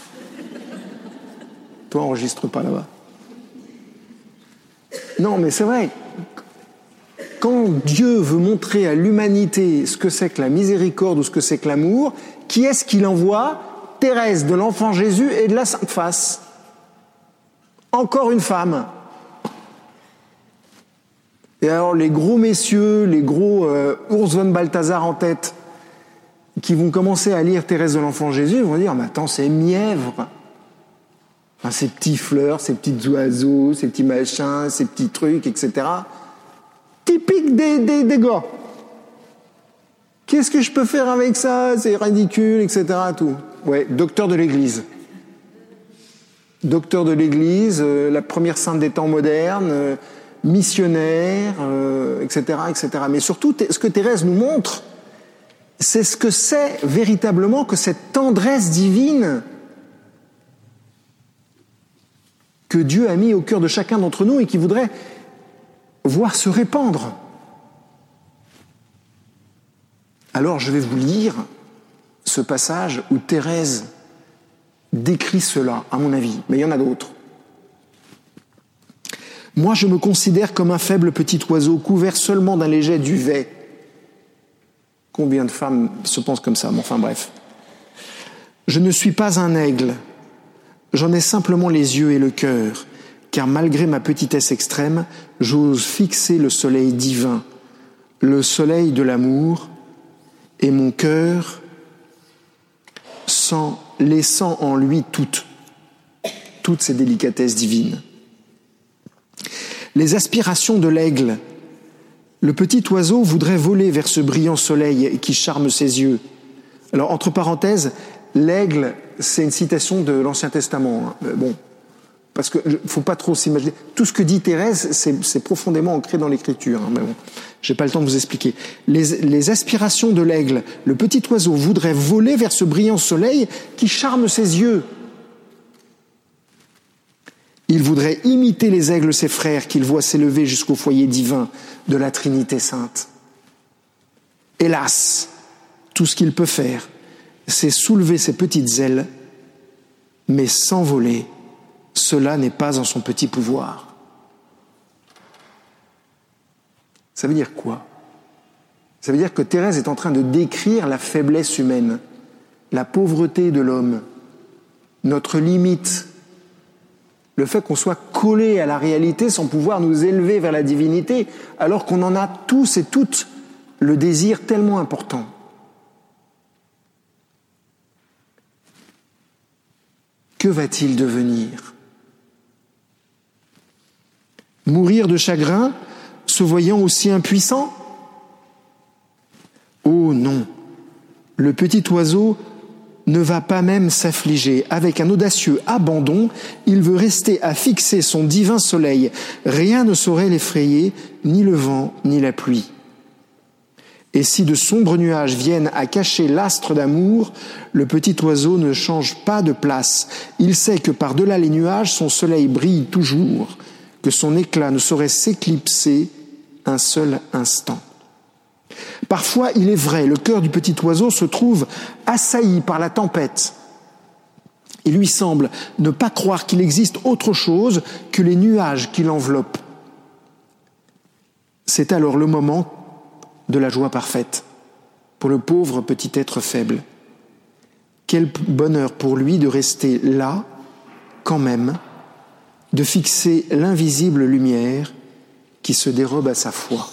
Toi, enregistre pas là-bas. Non, mais c'est vrai. Quand Dieu veut montrer à l'humanité ce que c'est que la miséricorde ou ce que c'est que l'amour, qui est-ce qu'il envoie ? Thérèse de l'Enfant Jésus et de la Sainte Face. Encore une femme. Et alors les gros messieurs, les gros euh, Urs von Balthasar en tête, qui vont commencer à lire Thérèse de l'Enfant Jésus, vont dire « Mais attends, c'est mièvre !» Enfin, ces petits fleurs, ces petits oiseaux, ces petits machins, ces petits trucs, et cetera. Typique des, des, des gars. Qu'est-ce que je peux faire avec ça ? C'est ridicule, et cetera. Tout. Ouais, docteur de l'Église. Docteur de l'Église, euh, la première sainte des temps modernes, euh, missionnaire, euh, et cetera, et cetera. Mais surtout, ce que Thérèse nous montre, c'est ce que c'est véritablement que cette tendresse divine que Dieu a mis au cœur de chacun d'entre nous et qui voudrait voir se répandre. Alors je vais vous lire ce passage où Thérèse décrit cela, à mon avis, mais il y en a d'autres. « Moi, je me considère comme un faible petit oiseau couvert seulement d'un léger duvet. » Combien de femmes se pensent comme ça ? Mais enfin bref. « Je ne suis pas un aigle. J'en ai simplement les yeux et le cœur, car malgré ma petitesse extrême, j'ose fixer le soleil divin, le soleil de l'amour, et mon cœur, sans, laissant en lui toutes, toutes ces délicatesses divines. Les aspirations de l'aigle. Le petit oiseau voudrait voler vers ce brillant soleil qui charme ses yeux. Alors, entre parenthèses, l'aigle, c'est une citation de l'Ancien Testament. Hein. Bon, parce que faut pas trop s'imaginer. Tout ce que dit Thérèse, c'est, c'est profondément ancré dans l'Écriture. Hein, mais bon, j'ai pas le temps de vous expliquer. Les, les aspirations de l'aigle. Le petit oiseau voudrait voler vers ce brillant soleil qui charme ses yeux. Il voudrait imiter les aigles, ses frères, qu'il voit s'élever jusqu'au foyer divin de la Trinité sainte. Hélas, tout ce qu'il peut faire, c'est soulever ses petites ailes, mais s'envoler, cela n'est pas en son petit pouvoir. Ça veut dire quoi? Ça veut dire que Thérèse est en train de décrire la faiblesse humaine, la pauvreté de l'homme, notre limite, le fait qu'on soit collé à la réalité sans pouvoir nous élever vers la divinité, alors qu'on en a tous et toutes le désir tellement important. Que va-t-il devenir? Mourir de chagrin, se voyant aussi impuissant? Oh non, le petit oiseau ne va pas même s'affliger. Avec un audacieux abandon, il veut rester à fixer son divin soleil. Rien ne saurait l'effrayer, ni le vent, ni la pluie. Et si de sombres nuages viennent à cacher l'astre d'amour, le petit oiseau ne change pas de place. Il sait que par-delà les nuages, son soleil brille toujours, que son éclat ne saurait s'éclipser un seul instant. Parfois, il est vrai, le cœur du petit oiseau se trouve assailli par la tempête. Il lui semble ne pas croire qu'il existe autre chose que les nuages qui l'enveloppent. C'est alors le moment de la joie parfaite pour le pauvre petit être faible. Quel bonheur pour lui de rester là, quand même, de fixer l'invisible lumière qui se dérobe à sa foi.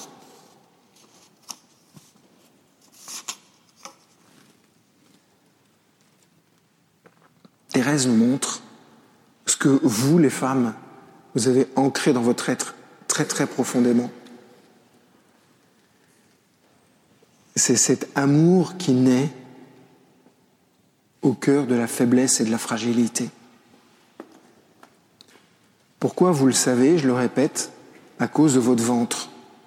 Thérèse nous montre ce que vous, les femmes, vous avez ancré dans votre être très très profondément. C'est cet amour qui naît au cœur de la faiblesse et de la fragilité. Pourquoi, vous le savez, je le répète, à cause de votre ventre.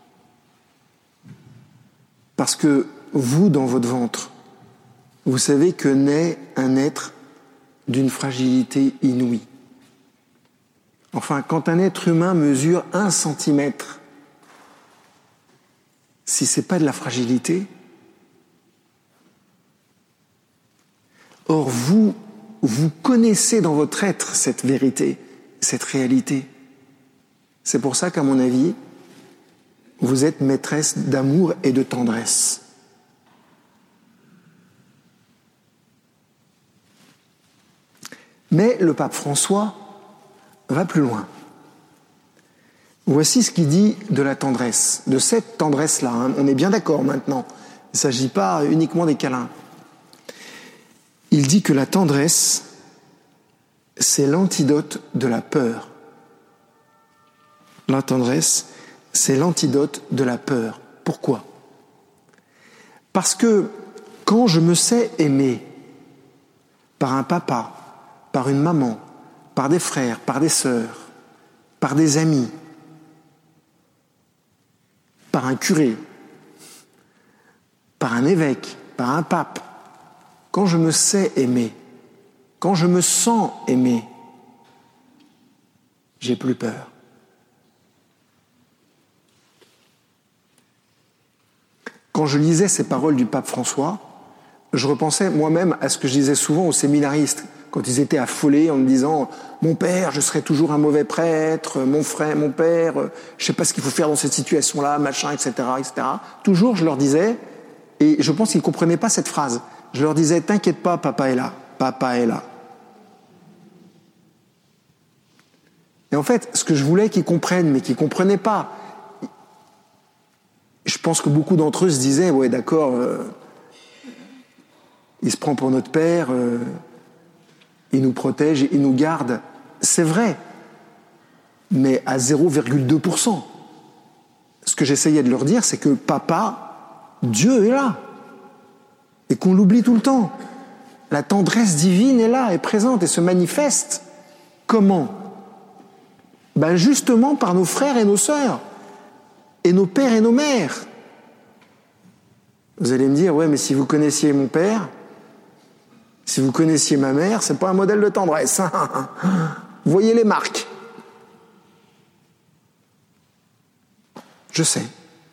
Parce que vous, dans votre ventre, vous savez que naît un être d'une fragilité inouïe. Enfin, quand un être humain mesure un centimètre, si ce n'est pas de la fragilité, or vous, vous connaissez dans votre être cette vérité, cette réalité. C'est pour ça qu'à mon avis, vous êtes maîtresse d'amour et de tendresse. Mais le pape François va plus loin. Voici ce qu'il dit de la tendresse, de cette tendresse-là. Hein. On est bien d'accord maintenant. Il ne s'agit pas uniquement des câlins. Il dit que la tendresse, c'est l'antidote de la peur. La tendresse, c'est l'antidote de la peur. Pourquoi? Parce que quand je me sais aimer par un papa, par une maman, par des frères, par des sœurs, par des amis, par un curé, par un évêque, par un pape, quand je me sais aimer, quand je me sens aimer, j'ai plus peur. Quand je lisais ces paroles du pape François, je repensais moi-même à ce que je disais souvent aux séminaristes, quand ils étaient affolés en me disant « Mon père, je serai toujours un mauvais prêtre, mon frère, mon père, je ne sais pas ce qu'il faut faire dans cette situation-là, machin, et cetera, et cetera » Toujours, je leur disais, et je pense qu'ils ne comprenaient pas cette phrase, je leur disais « T'inquiète pas, papa est là, papa est là. » Et en fait, ce que je voulais qu'ils comprennent, mais qu'ils ne comprenaient pas, je pense que beaucoup d'entre eux se disaient « Ouais, d'accord, euh, il se prend pour notre père, euh, il nous protège, il nous garde. » C'est vrai, mais à zéro virgule deux pour cent. Ce que j'essayais de leur dire, c'est que papa, Dieu est là, et qu'on l'oublie tout le temps. La tendresse divine est là, est présente et se manifeste. Comment? Ben justement par nos frères et nos sœurs, et nos pères et nos mères. Vous allez me dire, ouais, mais si vous connaissiez mon père, si vous connaissiez ma mère, c'est pas un modèle de tendresse. Vous voyez les marques. Je sais.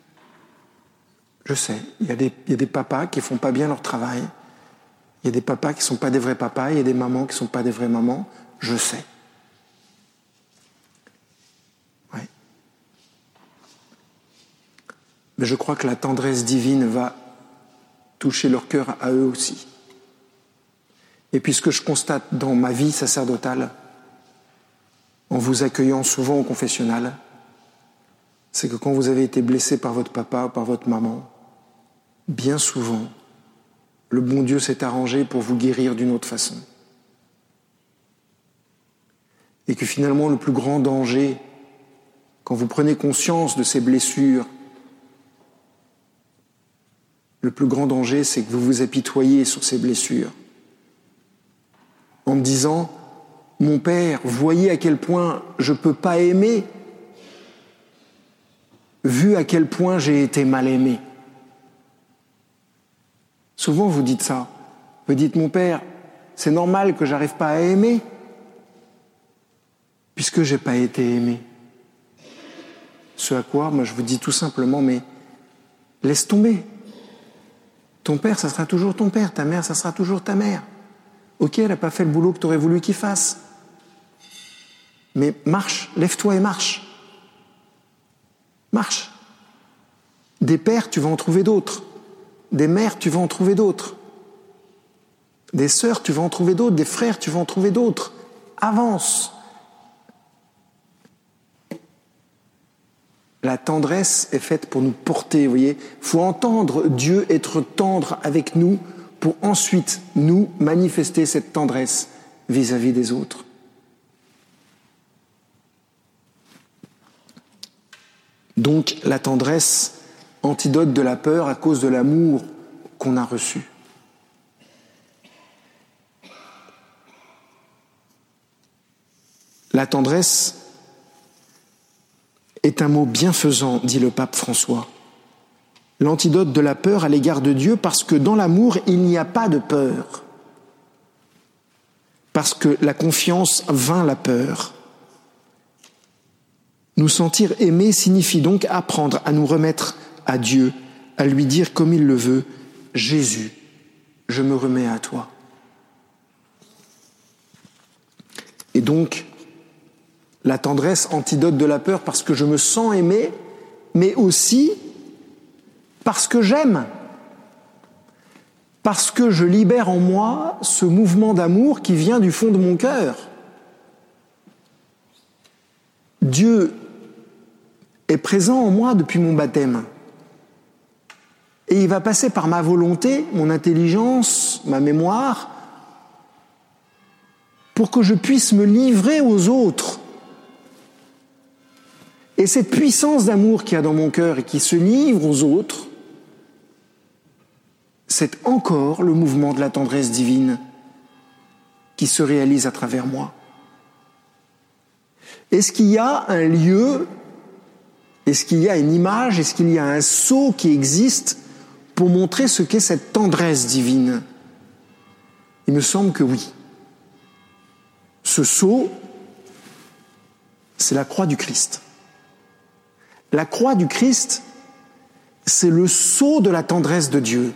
Je sais. Il y a des, il y a des papas qui font pas bien leur travail. Il y a des papas qui sont pas des vrais papas. Il y a des mamans qui sont pas des vraies mamans. Je sais. Ouais. Mais je crois que la tendresse divine va toucher leur cœur à eux aussi. Et puis ce que je constate dans ma vie sacerdotale, en vous accueillant souvent au confessionnal, c'est que quand vous avez été blessé par votre papa ou par votre maman, bien souvent, le bon Dieu s'est arrangé pour vous guérir d'une autre façon. Et que finalement, le plus grand danger, quand vous prenez conscience de ces blessures, le plus grand danger, c'est que vous vous apitoyez sur ces blessures. En me disant, mon père, voyez à quel point je ne peux pas aimer, vu à quel point j'ai été mal aimé. Souvent vous dites ça. Vous dites, mon père, c'est normal que j'arrive pas à aimer, puisque j'ai pas été aimé. Ce à quoi, moi je vous dis tout simplement, mais laisse tomber. Ton père, ça sera toujours ton père, ta mère, ça sera toujours ta mère. Ok, elle n'a pas fait le boulot que tu aurais voulu qu'il fasse. Mais marche, lève-toi et marche. Marche. Des pères, tu vas en trouver d'autres. Des mères, tu vas en trouver d'autres. Des sœurs, tu vas en trouver d'autres. Des frères, tu vas en trouver d'autres. Avance. La tendresse est faite pour nous porter, vous voyez. Il faut entendre Dieu être tendre avec nous pour ensuite nous manifester cette tendresse vis-à-vis des autres. Donc la tendresse, antidote de la peur à cause de l'amour qu'on a reçu. La tendresse est un mot bienfaisant, dit le pape François. L'antidote de la peur à l'égard de Dieu, parce que dans l'amour, il n'y a pas de peur. Parce que la confiance vainc la peur. Nous sentir aimés signifie donc apprendre à nous remettre à Dieu, à lui dire comme il le veut, « Jésus, je me remets à toi ». Et donc, la tendresse, antidote de la peur, parce que je me sens aimé, mais aussi parce que j'aime, parce que je libère en moi ce mouvement d'amour qui vient du fond de mon cœur. Dieu est présent en moi depuis mon baptême. Et il va passer par ma volonté, mon intelligence, ma mémoire, pour que je puisse me livrer aux autres. Et cette puissance d'amour qu'il y a dans mon cœur et qui se livre aux autres, c'est encore le mouvement de la tendresse divine qui se réalise à travers moi. Est-ce qu'il y a un lieu, est-ce qu'il y a une image, est-ce qu'il y a un sceau qui existe pour montrer ce qu'est cette tendresse divine? Il me semble que oui. Ce sceau, c'est la croix du Christ. La croix du Christ, c'est le sceau de la tendresse de Dieu.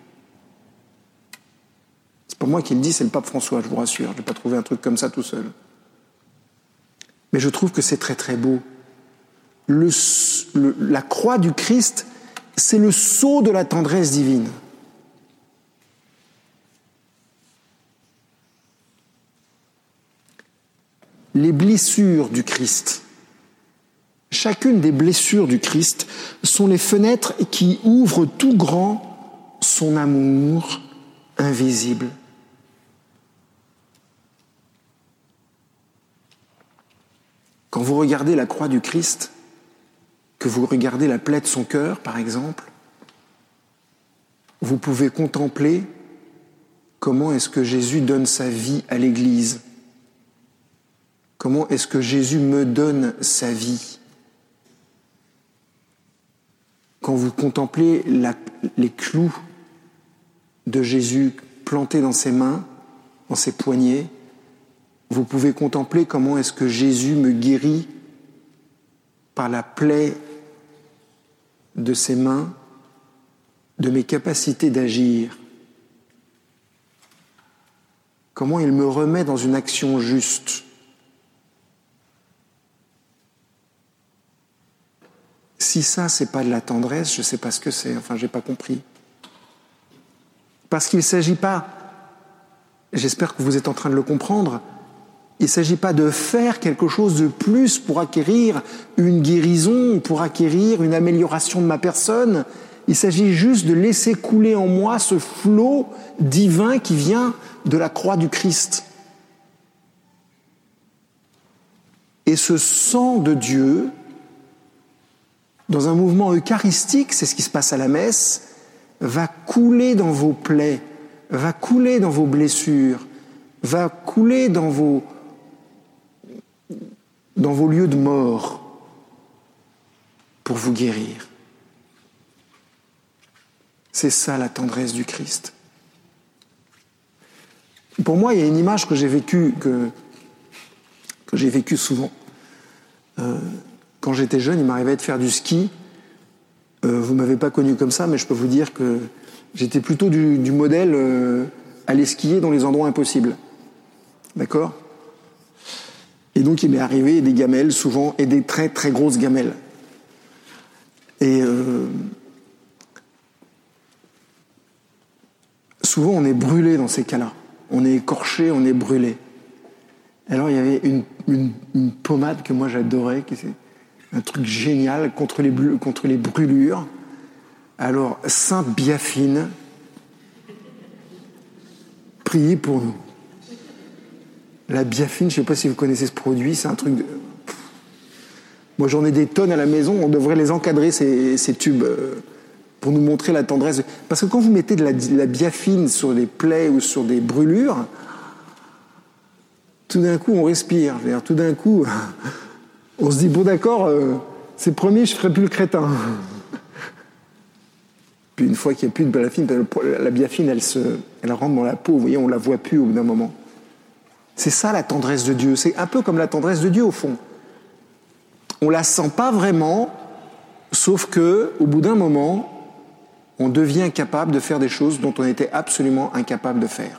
C'est pas moi qui le dis, c'est le pape François, je vous rassure. Je n'ai pas trouvé un truc comme ça tout seul. Mais je trouve que c'est très très beau. Le, le, la croix du Christ, c'est le sceau de la tendresse divine. Les blessures du Christ, chacune des blessures du Christ sont les fenêtres qui ouvrent tout grand son amour invisible. Quand vous regardez la croix du Christ, que vous regardez la plaie de son cœur, par exemple, vous pouvez contempler comment est-ce que Jésus donne sa vie à l'Église. Comment est-ce que Jésus me donne sa vie? Quand vous contemplez la, les clous de Jésus plantés dans ses mains, dans ses poignets, vous pouvez contempler comment est-ce que Jésus me guérit par la plaie de ses mains, de mes capacités d'agir. Comment il me remet dans une action juste. Si ça, c'est pas de la tendresse, je ne sais pas ce que c'est. Enfin, j'ai pas compris. Parce qu'il ne s'agit pas, j'espère que vous êtes en train de le comprendre, il ne s'agit pas de faire quelque chose de plus pour acquérir une guérison, pour acquérir une amélioration de ma personne. Il s'agit juste de laisser couler en moi ce flot divin qui vient de la croix du Christ. Et ce sang de Dieu, dans un mouvement eucharistique, c'est ce qui se passe à la messe, va couler dans vos plaies, va couler dans vos blessures, va couler dans vos, dans vos lieux de mort pour vous guérir. C'est ça la tendresse du Christ. Pour moi, il y a une image que j'ai vécue, que, que j'ai vécue souvent. Euh, quand j'étais jeune, il m'arrivait de faire du ski. Euh, vous ne m'avez pas connu comme ça, mais je peux vous dire que j'étais plutôt du, du modèle euh, aller skier dans les endroits impossibles. D'accord ? Et donc, il m'est arrivé des gamelles, souvent, et des très très grosses gamelles. Et euh, souvent, on est brûlé dans ces cas-là. On est écorché, on est brûlé. Alors, il y avait une, une, une pommade que moi j'adorais, qui c'est un truc génial contre les, contre les brûlures. Alors, Sainte Biafine, priez pour nous. La Biafine, je ne sais pas si vous connaissez ce produit, c'est un truc de... Moi, j'en ai des tonnes à la maison, on devrait les encadrer, ces, ces tubes, pour nous montrer la tendresse. Parce que quand vous mettez de la, de la Biafine sur des plaies ou sur des brûlures, tout d'un coup, on respire. Je veux dire, tout d'un coup, on se dit, bon d'accord, euh, c'est promis, je ne ferai plus le crétin. Puis une fois qu'il n'y a plus de Biafine, la Biafine, elle, se, elle rentre dans la peau, vous voyez, on ne la voit plus au bout d'un moment. C'est ça la tendresse de Dieu. C'est un peu comme la tendresse de Dieu, au fond. On ne la sent pas vraiment, sauf qu'au bout d'un moment, on devient capable de faire des choses dont on était absolument incapable de faire.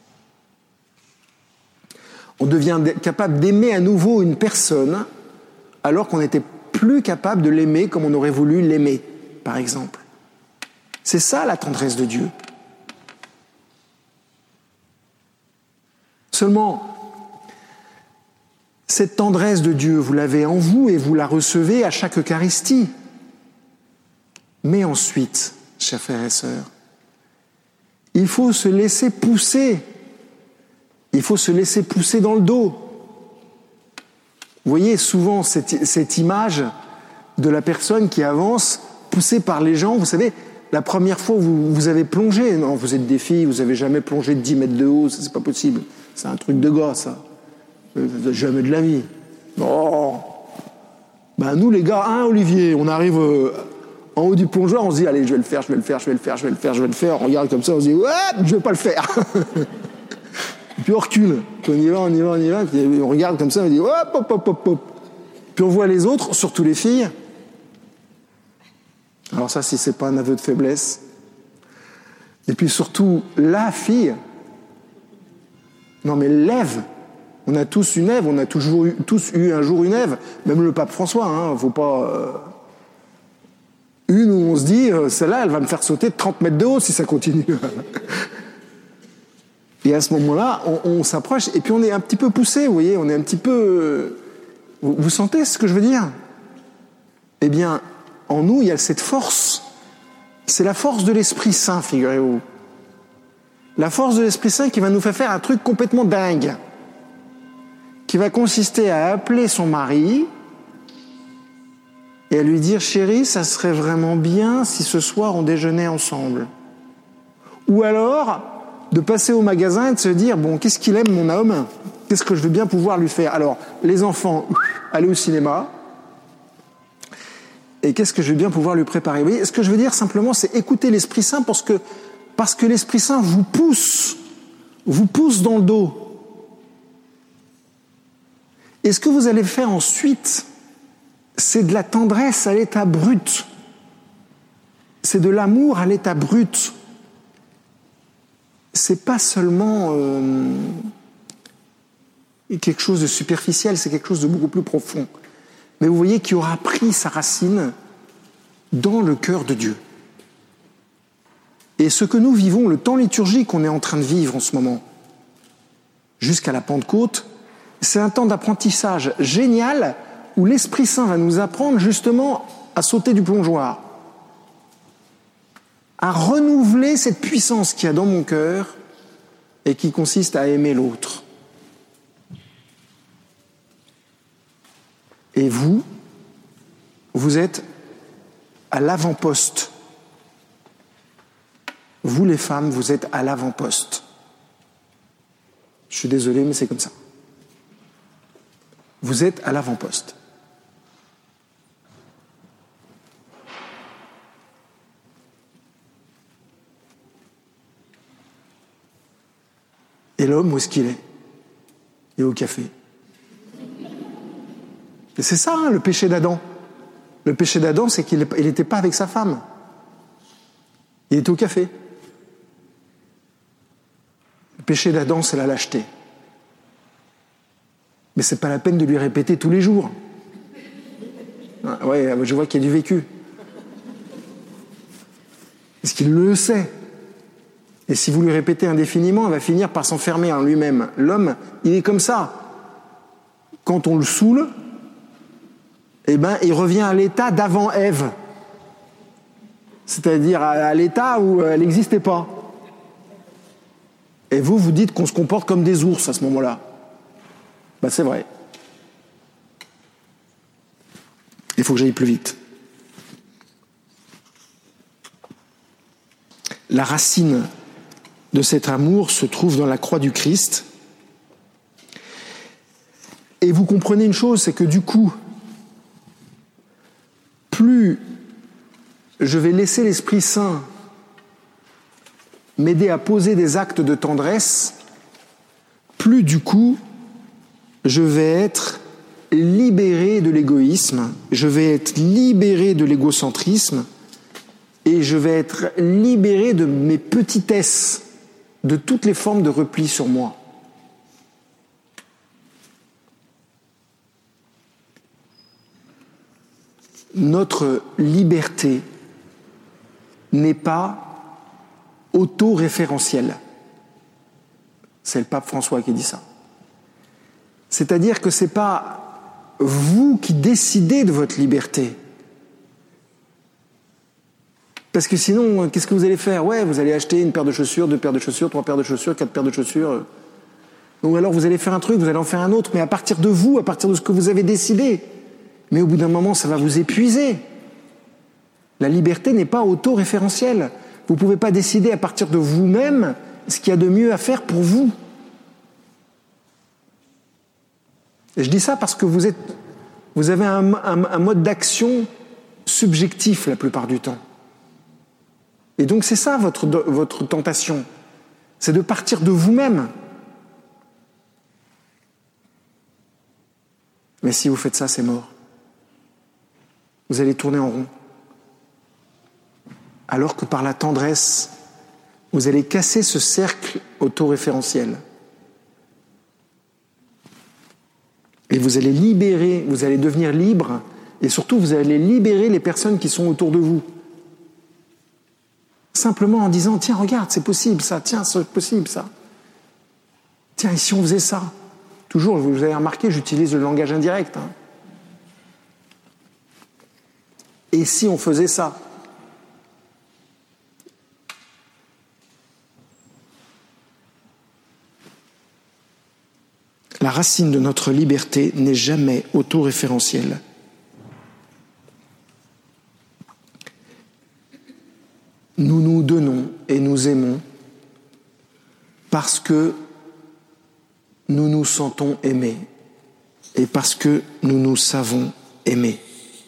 On devient capable d'aimer à nouveau une personne alors qu'on n'était plus capable de l'aimer comme on aurait voulu l'aimer, par exemple. C'est ça la tendresse de Dieu. Seulement, cette tendresse de Dieu, vous l'avez en vous et vous la recevez à chaque Eucharistie. Mais ensuite, chers frères et sœurs, il faut se laisser pousser. Il faut se laisser pousser dans le dos. Vous voyez souvent cette, cette image de la personne qui avance, poussée par les gens. Vous savez, la première fois où vous, vous avez plongé, non, vous êtes des filles, vous n'avez jamais plongé de dix mètres de haut, ça c'est pas possible. C'est un truc de gars, ça. Jamais de la vie. Oh. Ben nous les gars, hein, Olivier, on arrive euh, en haut du plongeoir, on se dit, allez, je vais le faire, je vais le faire, je vais le faire, je vais le faire, je vais le faire. On regarde comme ça, on se dit, ouais, je vais pas le faire. Puis on recule. Puis on y va, on y va, on y va. Puis on regarde comme ça, on dit, hop, hop, hop, hop, hop. Puis on voit les autres, surtout les filles. Alors ça, si c'est pas un aveu de faiblesse. Et puis surtout, la fille. Non mais l'Ève. On a tous une Ève, on a toujours eu, tous eu un jour une Ève. Même le pape François, hein, faut pas... Euh, une où on se dit, euh, celle-là, elle va me faire sauter de trente mètres de haut si ça continue. Et à ce moment-là, on, on s'approche, et puis on est un petit peu poussé, vous voyez, on est un petit peu... Euh, vous, vous sentez ce que je veux dire ? Eh bien, en nous, il y a cette force. C'est la force de l'Esprit Saint, figurez-vous. La force de l'Esprit Saint qui va nous faire faire un truc complètement dingue, qui va consister à appeler son mari et à lui dire « Chérie, ça serait vraiment bien si ce soir on déjeunait ensemble. » Ou alors de passer au magasin et de se dire « Bon, qu'est-ce qu'il aime mon homme ? Qu'est-ce que je veux bien pouvoir lui faire ? Alors, les enfants, aller au cinéma. Et qu'est-ce que je vais bien pouvoir lui préparer ?» Vous voyez, ce que je veux dire simplement, c'est écouter l'Esprit Saint parce que, parce que l'Esprit Saint vous pousse, vous pousse dans le dos. Et ce que vous allez faire ensuite, c'est de la tendresse à l'état brut. c'est de l'amour à l'état brut. C'est pas seulement euh, quelque chose de superficiel, c'est quelque chose de beaucoup plus profond. Mais vous voyez qu'il aura pris sa racine dans le cœur de Dieu. Et ce que nous vivons, le temps liturgique qu'on est en train de vivre en ce moment, jusqu'à la Pentecôte, c'est un temps d'apprentissage génial où l'Esprit Saint va nous apprendre justement à sauter du plongeoir, à renouveler cette puissance qu'il y a dans mon cœur et qui consiste à aimer l'autre. Et vous, vous êtes à l'avant-poste. Vous, les femmes, vous êtes à l'avant-poste. Je suis désolé, mais c'est comme ça. Vous êtes à l'avant-poste. Et l'homme, où est-ce qu'il est? Il est au café. Et c'est ça, hein, le péché d'Adam. Le péché d'Adam, c'est qu'il n'était pas avec sa femme. Il était au café. Le péché d'Adam, c'est la lâcheté. Mais c'est pas la peine de lui répéter tous les jours. Ah, ouais, je vois qu'il y a du vécu. Parce qu'il le sait. Et si vous lui répétez indéfiniment, il va finir par s'enfermer en lui-même. L'homme, il est comme ça. Quand on le saoule, eh ben, il revient à l'état d'avant Ève. C'est-à-dire à l'état où elle n'existait pas. Et vous, vous dites qu'on se comporte comme des ours à ce moment-là. Ben, c'est vrai. Il faut que j'aille plus vite. La racine de cet amour se trouve dans la croix du Christ. Et vous comprenez une chose, c'est que du coup, plus je vais laisser l'Esprit Saint m'aider à poser des actes de tendresse, plus du coup, je vais être libéré de l'égoïsme, je vais être libéré de l'égocentrisme, et je vais être libéré de mes petitesses, de toutes les formes de repli sur moi. Notre liberté n'est pas autoréférentielle. C'est le pape François qui dit ça. C'est-à-dire que ce n'est pas vous qui décidez de votre liberté. Parce que sinon, qu'est-ce que vous allez faire? Ouais, vous allez acheter une paire de chaussures, deux paires de chaussures, trois paires de chaussures, quatre paires de chaussures. Ou alors vous allez faire un truc, vous allez en faire un autre, mais à partir de vous, à partir de ce que vous avez décidé. Mais au bout d'un moment, ça va vous épuiser. La liberté n'est pas autoréférentielle. Vous ne pouvez pas décider à partir de vous-même ce qu'il y a de mieux à faire pour vous. Et je dis ça parce que vous, êtes, vous avez un, un, un mode d'action subjectif la plupart du temps. Et donc c'est ça votre, votre tentation, c'est de partir de vous-même. Mais si vous faites ça, c'est mort. Vous allez tourner en rond. Alors que par la tendresse, vous allez casser ce cercle autoréférentiel. Et vous allez libérer, vous allez devenir libre, et surtout vous allez libérer les personnes qui sont autour de vous. Simplement en disant, tiens, regarde, c'est possible ça, tiens, c'est possible ça. Tiens, et si on faisait ça? Toujours, vous avez remarqué, j'utilise le langage indirect. Hein. Et si on faisait ça? La racine de notre liberté n'est jamais autoréférentielle. Nous nous donnons et nous aimons parce que nous nous sentons aimés et parce que nous nous savons aimer.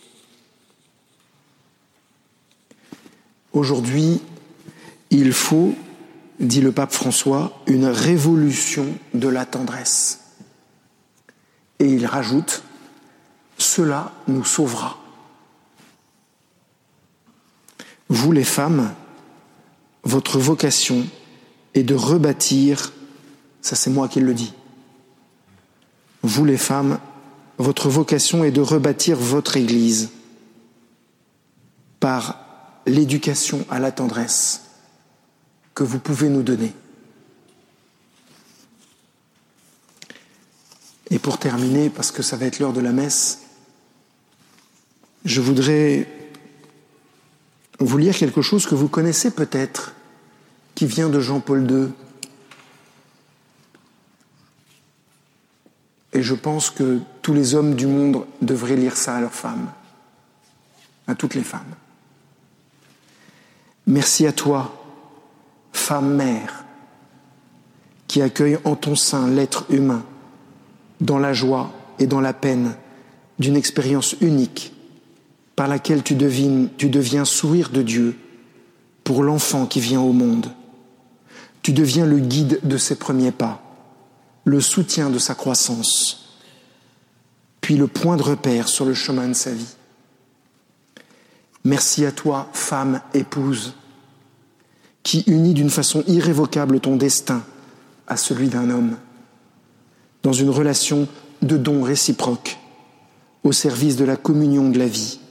Aujourd'hui, il faut, dit le pape François, une révolution de la tendresse. Et il rajoute, cela nous sauvera. Vous les femmes, votre vocation est de rebâtir, ça c'est moi qui le dis, vous les femmes, votre vocation est de rebâtir votre Église par l'éducation à la tendresse que vous pouvez nous donner. Et pour terminer, parce que ça va être l'heure de la messe, je voudrais vous lire quelque chose que vous connaissez peut-être, qui vient de Jean-Paul deux. Et je pense que tous les hommes du monde devraient lire ça à leurs femmes, à toutes les femmes. Merci à toi, femme mère, qui accueille en ton sein l'être humain, dans la joie et dans la peine d'une expérience unique par laquelle tu, devines, tu deviens sourire de Dieu pour l'enfant qui vient au monde. Tu deviens le guide de ses premiers pas, le soutien de sa croissance, puis le point de repère sur le chemin de sa vie. Merci à toi, femme épouse, qui unit d'une façon irrévocable ton destin à celui d'un homme, dans une relation de don réciproque, au service de la communion de la vie.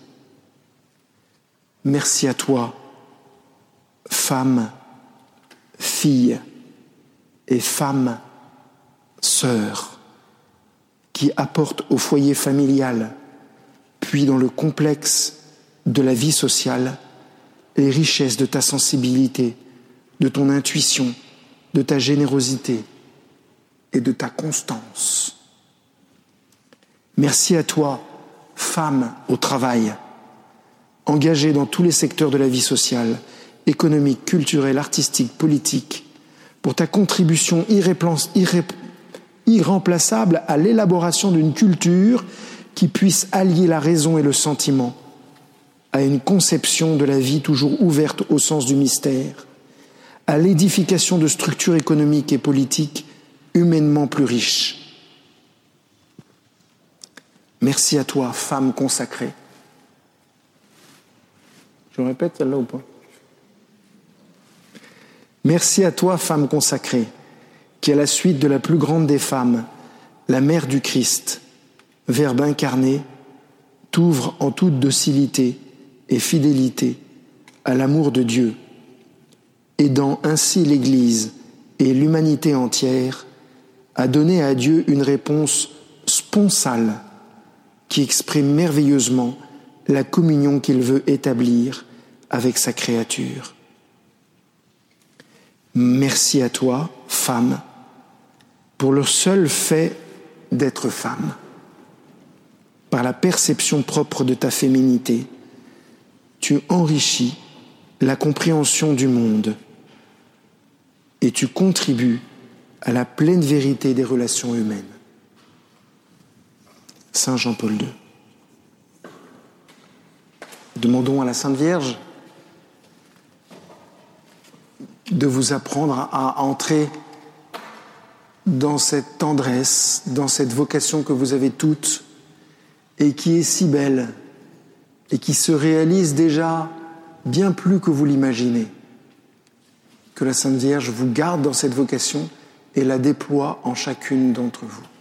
Merci à toi, femme, fille et femme, sœur, qui apporte au foyer familial, puis dans le complexe de la vie sociale, les richesses de ta sensibilité, de ton intuition, de ta générosité et de ta constance. Merci à toi, femme au travail, engagée dans tous les secteurs de la vie sociale, économique, culturelle, artistique, politique, pour ta contribution irrépla- irré- irremplaçable à l'élaboration d'une culture qui puisse allier la raison et le sentiment à une conception de la vie toujours ouverte au sens du mystère, à l'édification de structures économiques et politiques humainement plus riches. Merci à toi, femme consacrée. Je répète celle-là ou pas ? Merci à toi, femme consacrée, qui, à la suite de la plus grande des femmes, la mère du Christ, Verbe incarné, t'ouvre en toute docilité et fidélité à l'amour de Dieu, aidant ainsi l'Église et l'humanité entière à donner à Dieu une réponse sponsale qui exprime merveilleusement la communion qu'il veut établir avec sa créature. Merci à toi, femme, pour le seul fait d'être femme, par la perception propre de ta féminité, tu enrichis la compréhension du monde et tu contribues à la pleine vérité des relations humaines. Saint Jean-Paul deux. Demandons à la Sainte Vierge de vous apprendre à entrer dans cette tendresse, dans cette vocation que vous avez toutes et qui est si belle et qui se réalise déjà bien plus que vous l'imaginez. Que la Sainte Vierge vous garde dans cette vocation et la déploie en chacune d'entre vous.